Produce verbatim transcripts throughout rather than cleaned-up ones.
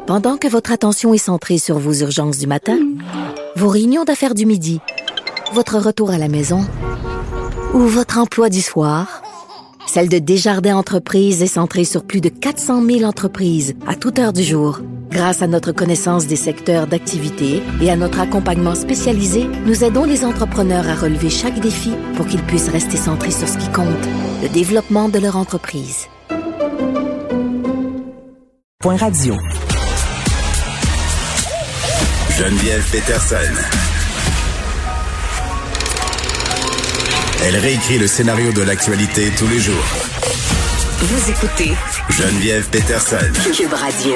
Pendant que votre attention est centrée sur vos urgences du matin, vos réunions d'affaires du midi, votre retour à la maison ou votre emploi du soir, celle de Desjardins Entreprises est centrée sur plus de quatre cent mille entreprises à toute heure du jour. Grâce à notre connaissance des secteurs d'activité et à notre accompagnement spécialisé, nous aidons les entrepreneurs à relever chaque défi pour qu'ils puissent rester centrés sur ce qui compte, le développement de leur entreprise. Point radio. Geneviève Peterson. Elle réécrit le scénario de l'actualité tous les jours. Vous écoutez Geneviève Peterson. Cube Radio.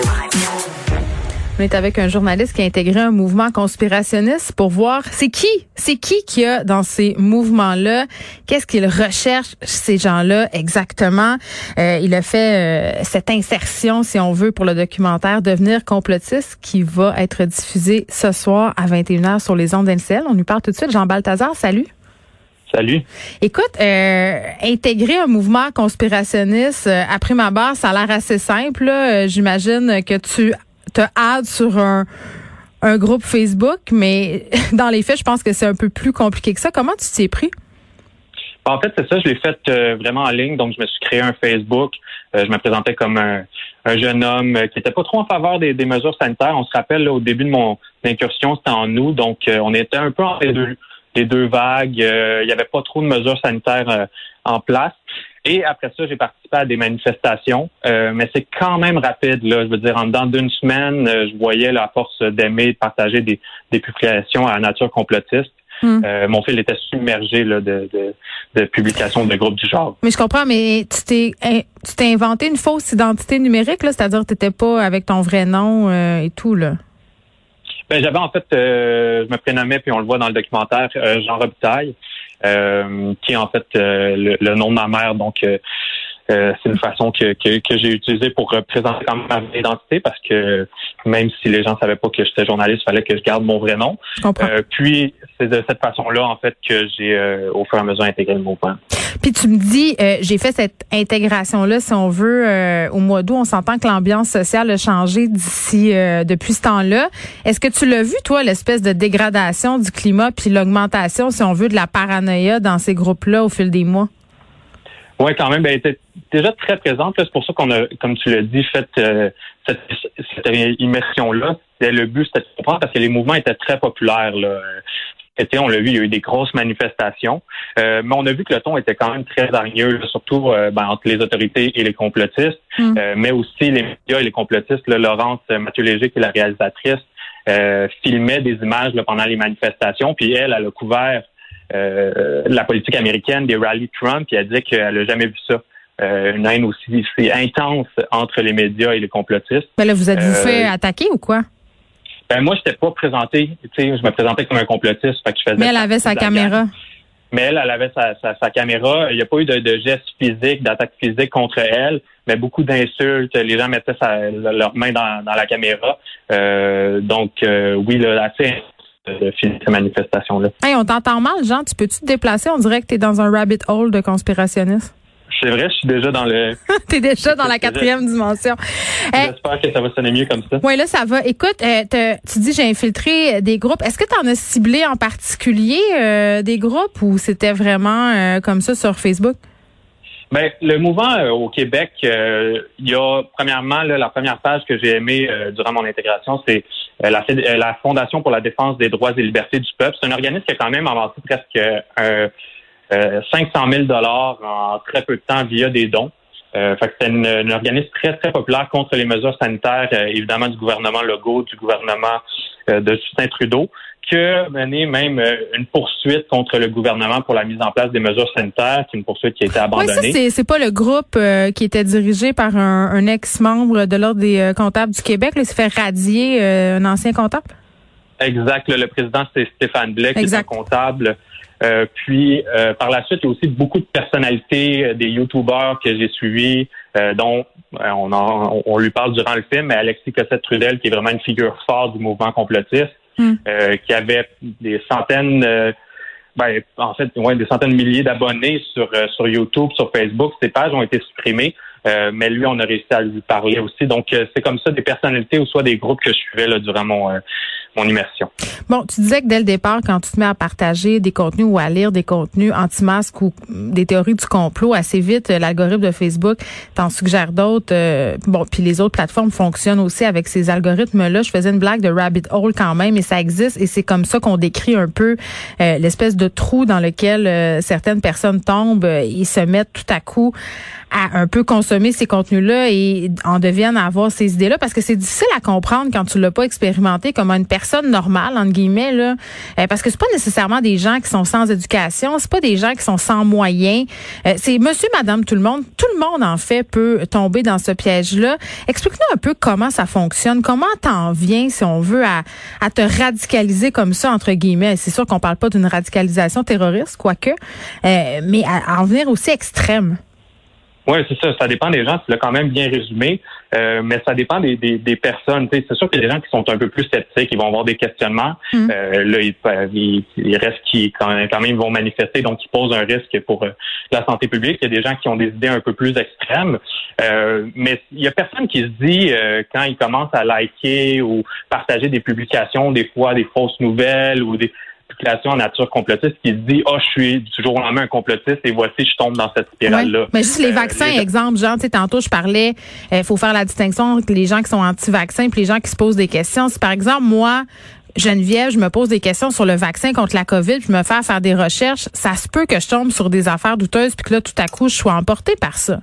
On est avec un journaliste qui a intégré un mouvement conspirationniste pour voir c'est qui, c'est qui qu'il y a dans ces mouvements-là, qu'est-ce qu'ils recherchent ces gens-là exactement. Euh, il a fait euh, cette insertion, si on veut, pour le documentaire Devenir complotiste qui va être diffusé ce soir à vingt et une heures sur les ondes d'N C L. On lui parle tout de suite. Jean Balthazar, salut. Salut. Écoute, euh, intégrer un mouvement conspirationniste, euh, à prime abord, ça a l'air assez simple. Là. Euh, j'imagine que tu te hâte sur un, un groupe Facebook, mais dans les faits, je pense que c'est un peu plus compliqué que ça. Comment tu t'y es pris? En fait, c'est ça, je l'ai fait euh, vraiment en ligne. Donc, je me suis créé un Facebook. Euh, je me présentais comme un, un jeune homme qui était pas trop en faveur des, des mesures sanitaires. On se rappelle, là, au début de mon incursion, c'était en août. Donc, euh, on était un peu entre les deux, les deux vagues. Euh, il y avait pas trop de mesures sanitaires euh, en place. Et après ça, j'ai participé à des manifestations, euh, mais c'est quand même rapide. Là, je veux dire, en dedans d'une semaine, euh, je voyais la force d'aimer, de partager des, des publications à la nature complotiste. Mm. Euh, mon fil était submergé là, de, de, de publications de groupes du genre. Mais je comprends, mais tu t'es tu t'es inventé une fausse identité numérique, là, c'est-à-dire que tu n'étais pas avec ton vrai nom euh, et tout, là. Ben, j'avais en fait, euh, je me prénommais, puis on le voit dans le documentaire, euh, Jean Robitaille. Euh, qui est en fait euh, le, le nom de ma mère. Donc, euh, euh, c'est une façon que, que, que j'ai utilisée pour représenter quand même ma vraie identité parce que même si les gens savaient pas que j'étais journaliste, il fallait que je garde mon vrai nom. Je comprends. Euh, puis, c'est de cette façon-là, en fait, que j'ai, euh, au fur et à mesure, intégré le mouvement. Puis tu me dis, euh, j'ai fait cette intégration-là, si on veut, euh, au mois d'août. On s'entend que l'ambiance sociale a changé d'ici, euh, depuis ce temps-là. Est-ce que tu l'as vu, toi, l'espèce de dégradation du climat puis l'augmentation, si on veut, de la paranoïa dans ces groupes-là au fil des mois? Oui, quand même, ben, elle était déjà très présente. Là. C'est pour ça qu'on a, comme tu l'as dit, fait euh, cette, cette immersion-là. Le but, c'était de comprendre parce que les mouvements étaient très populaires. Là. Et, on l'a vu, il y a eu des grosses manifestations, euh, mais on a vu que le ton était quand même très hargneux, là, surtout euh, ben, entre les autorités et les complotistes, mm. euh, mais aussi les médias et les complotistes. Là, Laurence Mathieu-Léger, qui est la réalisatrice, euh, filmait des images là, pendant les manifestations, puis elle, elle a couvert euh, la politique américaine, des rallyes Trump, puis elle disait qu'elle n'a jamais vu ça. Euh, une haine aussi, aussi intense entre les médias et les complotistes. Mais là, vous êtes-vous euh, fait attaquer ou quoi? Ben moi, je n'étais pas présenté, tu sais, je me présentais comme un complotiste. Fait que je faisais mais elle avait sa caméra. Mais elle, elle avait sa, sa, sa caméra. Il n'y a pas eu de, de gestes physiques, d'attaque physique contre elle, mais beaucoup d'insultes. Les gens mettaient sa, leurs mains dans, dans la caméra. Euh, donc, euh, oui, là, assez de filmer ces manifestations-là. Hey, on t'entend mal, Jean. Tu peux-tu te déplacer? On dirait que tu es dans un rabbit hole de conspirationniste. C'est vrai, je suis déjà dans le... T'es déjà dans la quatrième dimension. J'espère que ça va sonner mieux comme ça. Oui, là, ça va. Écoute, euh, tu dis j'ai infiltré des groupes. Est-ce que tu en as ciblé en particulier euh, des groupes ou c'était vraiment euh, comme ça sur Facebook? Ben, le mouvement euh, au Québec, euh, il y a premièrement là, la première page que j'ai aimée euh, durant mon intégration, c'est euh, la, euh, la Fondation pour la défense des droits et libertés du peuple. C'est un organisme qui a quand même avancé presque un... Euh, cinq cent mille dollars en très peu de temps via des dons. Euh, fait que c'est une, une organisme très, très populaire contre les mesures sanitaires, euh, évidemment, du gouvernement Legault, du gouvernement euh, de Justin Trudeau, qui a mené même euh, une poursuite contre le gouvernement pour la mise en place des mesures sanitaires, qui est une poursuite qui a été abandonnée. Oui, ça, c'est, c'est pas le groupe euh, qui était dirigé par un, un ex-membre de l'Ordre des euh, comptables du Québec. Là, il s'est fait radier euh, un ancien comptable? Exact. Là, le président, c'est Stéphane Blais, qui est un comptable. Euh, puis, euh, par la suite, il y a aussi beaucoup de personnalités, euh, des youtubeurs que j'ai suivis, euh, dont euh, on, en, on lui parle durant le film, mais Alexis Cossette-Trudel, qui est vraiment une figure forte du mouvement complotiste, mm. euh, qui avait des centaines, euh, ben, en fait, ouais, des centaines de milliers d'abonnés sur euh, sur YouTube, sur Facebook. Ces pages ont été supprimées. Euh, mais lui, on a réussi à lui parler aussi. Donc, euh, c'est comme ça des personnalités ou soit des groupes que je suivais là, durant mon, euh, mon immersion. Bon, tu disais que dès le départ, quand tu te mets à partager des contenus ou à lire des contenus anti-masques ou des théories du complot, assez vite, l'algorithme de Facebook t'en suggère d'autres. Euh, bon, puis les autres plateformes fonctionnent aussi avec ces algorithmes-là. Je faisais une blague de rabbit hole quand même, et ça existe, et c'est comme ça qu'on décrit un peu euh, l'espèce de trou dans lequel euh, certaines personnes tombent. Euh, ils se mettent tout à coup à un peu consommer ces contenus-là et en deviennent à avoir ces idées-là, parce que c'est difficile à comprendre quand tu l'as pas expérimenté comme une personne normale, entre guillemets, là, euh, parce que c'est pas nécessairement des gens qui sont sans éducation, c'est pas des gens qui sont sans moyens, euh, c'est monsieur, madame, tout le monde, tout le monde en fait peut tomber dans ce piège-là. Explique-nous un peu comment ça fonctionne, comment t'en viens, si on veut, à, à te radicaliser comme ça, entre guillemets. C'est sûr qu'on parle pas d'une radicalisation terroriste, quoique, euh, mais à, à en venir aussi extrême. Oui, c'est ça. Ça dépend des gens. Tu l'as quand même bien résumé, euh, mais ça dépend des, des, des personnes. Tu sais, c'est sûr qu'il y a des gens qui sont un peu plus sceptiques, ils vont avoir des questionnements. Mmh. Euh, là, il, il, il reste qui quand même, quand même vont manifester, donc qui posent un risque pour euh, la santé publique. Il y a des gens qui ont des idées un peu plus extrêmes, euh, mais il y a personne qui se dit euh, quand ils commencent à liker ou partager des publications, des fois des fausses nouvelles ou des en nature complotiste, qui se dit « Ah, oh, je suis du jour au lendemain un complotiste et voici, je tombe dans cette spirale-là. Ouais, » Mais juste les vaccins, euh, les... exemple, genre, tu sais, tantôt, je parlais, il euh, faut faire la distinction entre les gens qui sont anti-vaccins et les gens qui se posent des questions. Si, par exemple, moi, Geneviève, je me pose des questions sur le vaccin contre la COVID, je me fais faire des recherches, ça se peut que je tombe sur des affaires douteuses puis que là, tout à coup, je sois emportée par ça.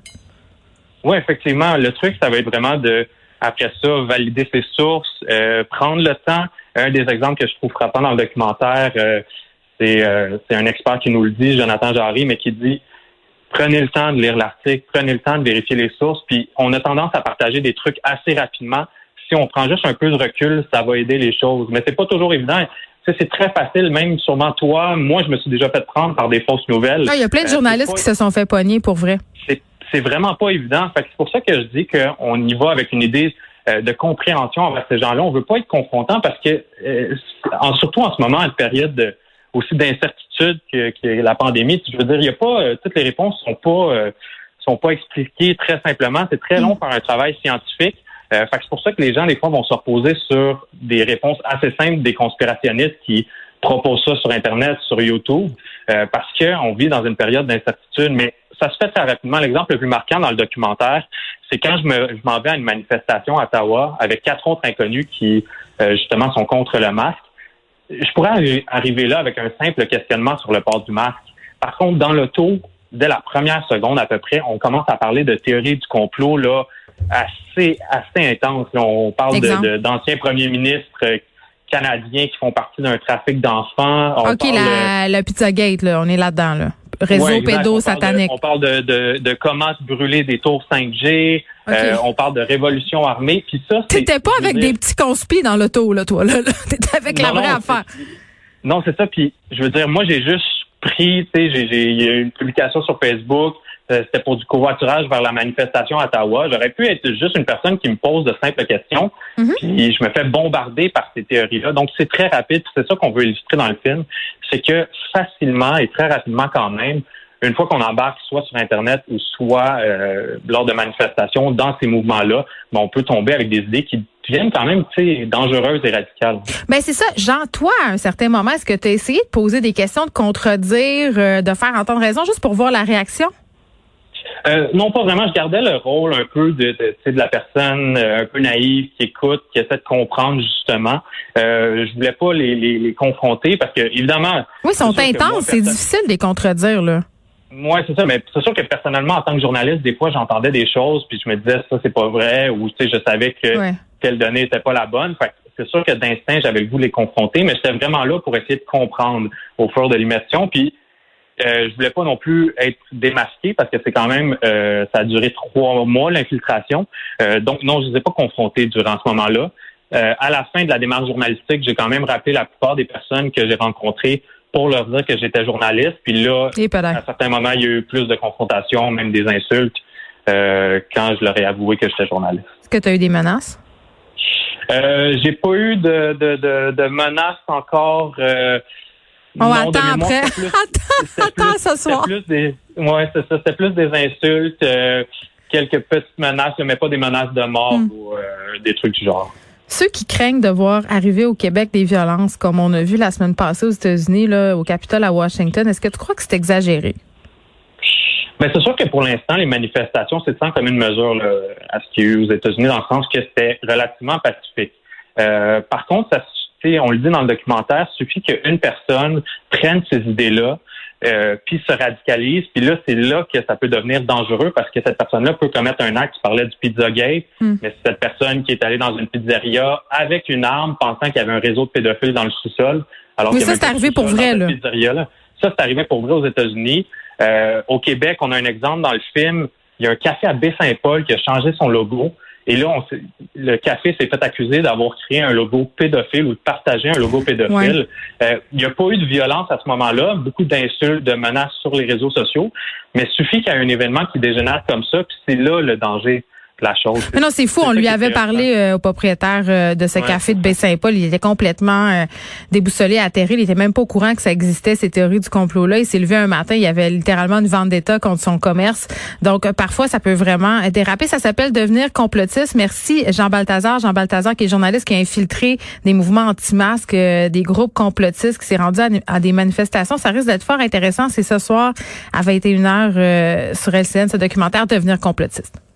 Oui, effectivement. Le truc, ça va être vraiment de, après ça, valider ses sources, euh, prendre le temps. Un des exemples que je trouve frappant dans le documentaire, euh, c'est, euh, c'est un expert qui nous le dit, Jonathan Jarry, mais qui dit « Prenez le temps de lire l'article, prenez le temps de vérifier les sources, puis on a tendance à partager des trucs assez rapidement. Si on prend juste un peu de recul, ça va aider les choses. Mais c'est pas toujours évident. Tu sais, c'est très facile, même sûrement toi. Moi, je me suis déjà fait prendre par des fausses nouvelles. Ah, il y a plein de journalistes euh, pas, qui se sont fait pogner pour vrai. C'est, c'est vraiment pas évident. Fait que c'est pour ça que je dis qu'on y va avec une idée de compréhension envers ces gens-là. On veut pas être confrontant parce que, euh, en, surtout en ce moment, une période de, aussi d'incertitude que, que la pandémie, je veux dire, il y a pas, euh, toutes les réponses sont pas, euh, sont pas expliquées très simplement. C'est très long par un travail scientifique. Euh, fait que c'est pour ça que les gens, des fois, vont se reposer sur des réponses assez simples des conspirationnistes qui proposent ça sur Internet, sur YouTube, euh, parce qu'on vit dans une période d'incertitude. Mais ça se fait très rapidement. L'exemple le plus marquant dans le documentaire, c'est quand je, me, je m'en vais à une manifestation à Ottawa avec quatre autres inconnus qui, euh, justement, sont contre le masque. Je pourrais arri- arriver là avec un simple questionnement sur le port du masque. Par contre, dans l'auto, dès la première seconde à peu près, on commence à parler de théorie du complot là assez assez intense. Là, on parle de, de, d'anciens premiers ministres canadiens qui font partie d'un trafic d'enfants. On OK, la, de... le Pizzagate, là, on est là-dedans, là. Réseau ouais, pédo-satanique. On parle de, de, de, de comment se brûler des tours cinq G. Okay. Euh, on parle de révolution armée. Puis ça, c'est, T'étais pas avec dire... des petits conspis dans l'auto, là, toi, là. là. T'étais avec non, la vraie non, affaire. C'est... Non, c'est ça. Puis, je veux dire, moi, j'ai juste pris, tu sais, j'ai, j'ai, il y a eu une publication sur Facebook. Euh, c'était pour du covoiturage vers la manifestation à Ottawa. J'aurais pu être juste une personne qui me pose de simples questions. Mm-hmm. Puis, je me fais bombarder par ces théories-là. Donc, c'est très rapide. C'est ça qu'on veut illustrer dans le film. C'est que facilement et très rapidement quand même, une fois qu'on embarque soit sur Internet ou soit euh, lors de manifestations dans ces mouvements-là, ben, on peut tomber avec des idées qui deviennent quand même, tu sais, dangereuses et radicales. Ben c'est ça. Jean, toi, à un certain moment, est-ce que tu as essayé de poser des questions, de contredire, euh, de faire entendre raison, juste pour voir la réaction? Euh, non, pas vraiment. Je gardais le rôle un peu de, de, de la personne euh, un peu naïve qui écoute, qui essaie de comprendre justement. Euh, je voulais pas les, les, les confronter parce que évidemment. Oui, ils sont intenses. Moi, c'est personne... difficile de les contredire là. Moi, c'est ça, mais c'est sûr que personnellement, en tant que journaliste, des fois, j'entendais des choses, puis je me disais ça, c'est pas vrai, ou tu sais, je savais que ouais. telle donnée était pas la bonne. Fait que c'est sûr que d'instinct, j'avais le goût de les confronter, mais j'étais vraiment là pour essayer de comprendre au fur de l'immersion. Puis euh, je voulais pas non plus être démasqué parce que c'est quand même euh, ça a duré trois mois l'infiltration. Euh, donc non, je les ai pas confrontés durant ce moment-là. Euh, à la fin de la démarche journalistique, j'ai quand même rappelé la plupart des personnes que j'ai rencontrées pour leur dire que j'étais journaliste. Puis là, à certains moments, il y a eu plus de confrontations, même des insultes, euh, quand je leur ai avoué que j'étais journaliste. Est-ce que tu as eu des menaces? Euh, j'ai pas eu de, de, de, de menaces encore. Euh, On non, attend après. Plus, attends, attends plus, ce soir. C'était plus des, ouais, c'est ça. C'était plus des insultes. Euh, quelques petites menaces, mais pas des menaces de mort mm. ou euh, des trucs du genre. Ceux qui craignent de voir arriver au Québec des violences, comme on a vu la semaine passée aux États-Unis, là, au Capitole à Washington, est-ce que tu crois que c'est exagéré? Ben, c'est sûr que pour l'instant, les manifestations, c'est sans commune mesure là, à ce qu'il y a eu aux États-Unis, dans le sens que c'était relativement pacifique. Euh, par contre, ça, on le dit dans le documentaire, il suffit qu'une personne prenne ces idées-là, euh, puis se radicalise, puis là, c'est là que ça peut devenir dangereux parce que cette personne-là peut commettre un acte. Tu parlais du Pizzagate, mm. mais c'est cette personne qui est allée dans une pizzeria avec une arme, pensant qu'il y avait un réseau de pédophiles dans le sous-sol. Alors oui, ça, c'est arrivé pour vrai, là. là. Ça, c'est arrivé pour vrai aux États-Unis. Euh, au Québec, on a un exemple dans le film. Il y a un café à Baie-Saint-Paul qui a changé son logo. Et là, on le café s'est fait accuser d'avoir créé un logo pédophile ou de partager un logo pédophile. Ouais. Euh, il n'y a pas eu de violence à ce moment-là, beaucoup d'insultes, de menaces sur les réseaux sociaux, mais il suffit qu'il y ait un événement qui dégénère comme ça, puis c'est là le danger. La chose. Mais non, c'est fou. C'est on lui avait parlé euh, au propriétaire euh, de ce ouais. café de Baie-Saint-Paul. Il était complètement euh, déboussolé, atterré. Il était même pas au courant que ça existait, ces théories du complot-là. Il s'est levé un matin, il y avait littéralement une vendetta contre son commerce. Donc, euh, parfois, ça peut vraiment déraper. Ça s'appelle devenir complotiste. Merci, Jean Balthazar. Jean Balthazar, qui est journaliste, qui a infiltré des mouvements anti-masques, euh, des groupes complotistes, qui s'est rendu à, à des manifestations. Ça risque d'être fort intéressant. C'est ce soir à vingt et une heures euh, sur L C N, ce documentaire Devenir complotiste.